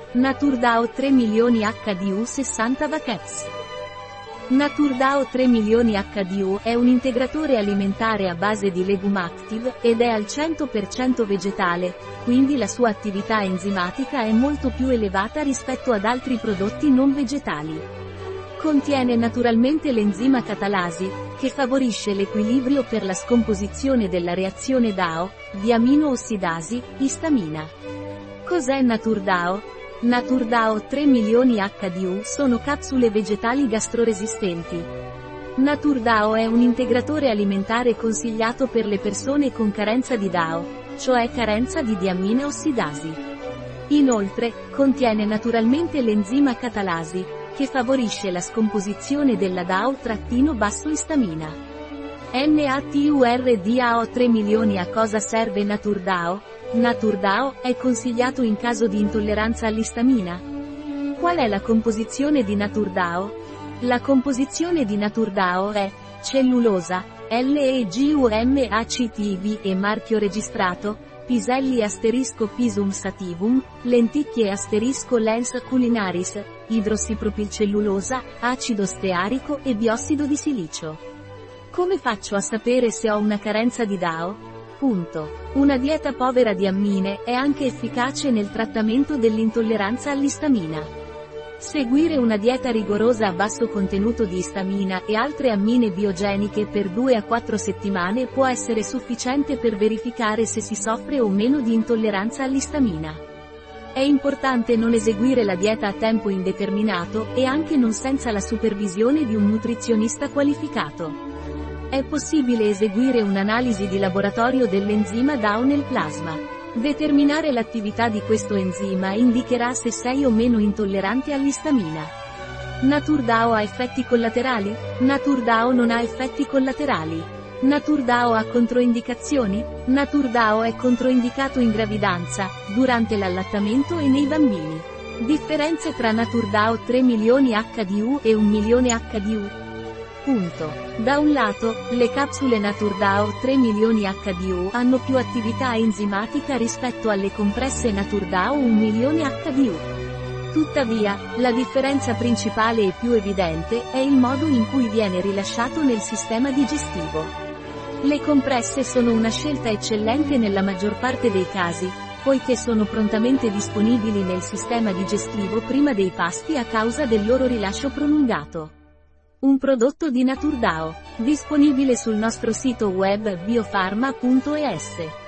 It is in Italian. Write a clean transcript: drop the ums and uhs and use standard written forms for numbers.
NaturDAO 3 milioni HDU 60 Vacaps. NaturDAO 3 milioni HDU è un integratore alimentare a base di Legum Active, ed è al 100% vegetale, quindi la sua attività enzimatica è molto più elevata rispetto ad altri prodotti non vegetali. Contiene naturalmente l'enzima catalasi, che favorisce l'equilibrio per la scomposizione della reazione DAO, di amino-ossidasi, istamina. Cos'è NaturDAO? NaturDAO 3 milioni HDU sono capsule vegetali gastroresistenti. NaturDAO è un integratore alimentare consigliato per le persone con carenza di DAO, cioè carenza di diamina ossidasi. Inoltre, contiene naturalmente l'enzima catalasi, che favorisce la scomposizione della DAO-istamina. NaturDAO 3 milioni. A cosa serve NaturDAO? NaturDAO è consigliato in caso di intolleranza all'istamina. Qual è la composizione di NaturDAO? La composizione di NaturDAO è cellulosa, LEGUM-ACTV e marchio registrato, piselli *pisum sativum, lenticchie *lens culinaris, idrossipropilcellulosa, acido stearico e biossido di silicio. Come faccio a sapere se ho una carenza di DAO? Una dieta povera di ammine è anche efficace nel trattamento dell'intolleranza all'istamina. Seguire una dieta rigorosa a basso contenuto di istamina e altre ammine biogeniche per 2 a 4 settimane può essere sufficiente per verificare se si soffre o meno di intolleranza all'istamina. È importante non eseguire la dieta a tempo indeterminato, e anche non senza la supervisione di un nutrizionista qualificato. È possibile eseguire un'analisi di laboratorio dell'enzima DAO nel plasma. Determinare l'attività di questo enzima indicherà se sei o meno intollerante all'istamina. NaturDAO ha effetti collaterali? NaturDAO non ha effetti collaterali. NaturDAO ha controindicazioni? NaturDAO è controindicato in gravidanza, durante l'allattamento e nei bambini. Differenze tra NaturDAO 3 milioni HDU e 1 milione HDU. Da un lato, le capsule NaturDAO 3 milioni HDU hanno più attività enzimatica rispetto alle compresse NaturDAO 1 milione HDU. Tuttavia, la differenza principale e più evidente è il modo in cui viene rilasciato nel sistema digestivo. Le compresse sono una scelta eccellente nella maggior parte dei casi, poiché sono prontamente disponibili nel sistema digestivo prima dei pasti a causa del loro rilascio prolungato. Un prodotto di NaturDAO, disponibile sul nostro sito web biofarma.es.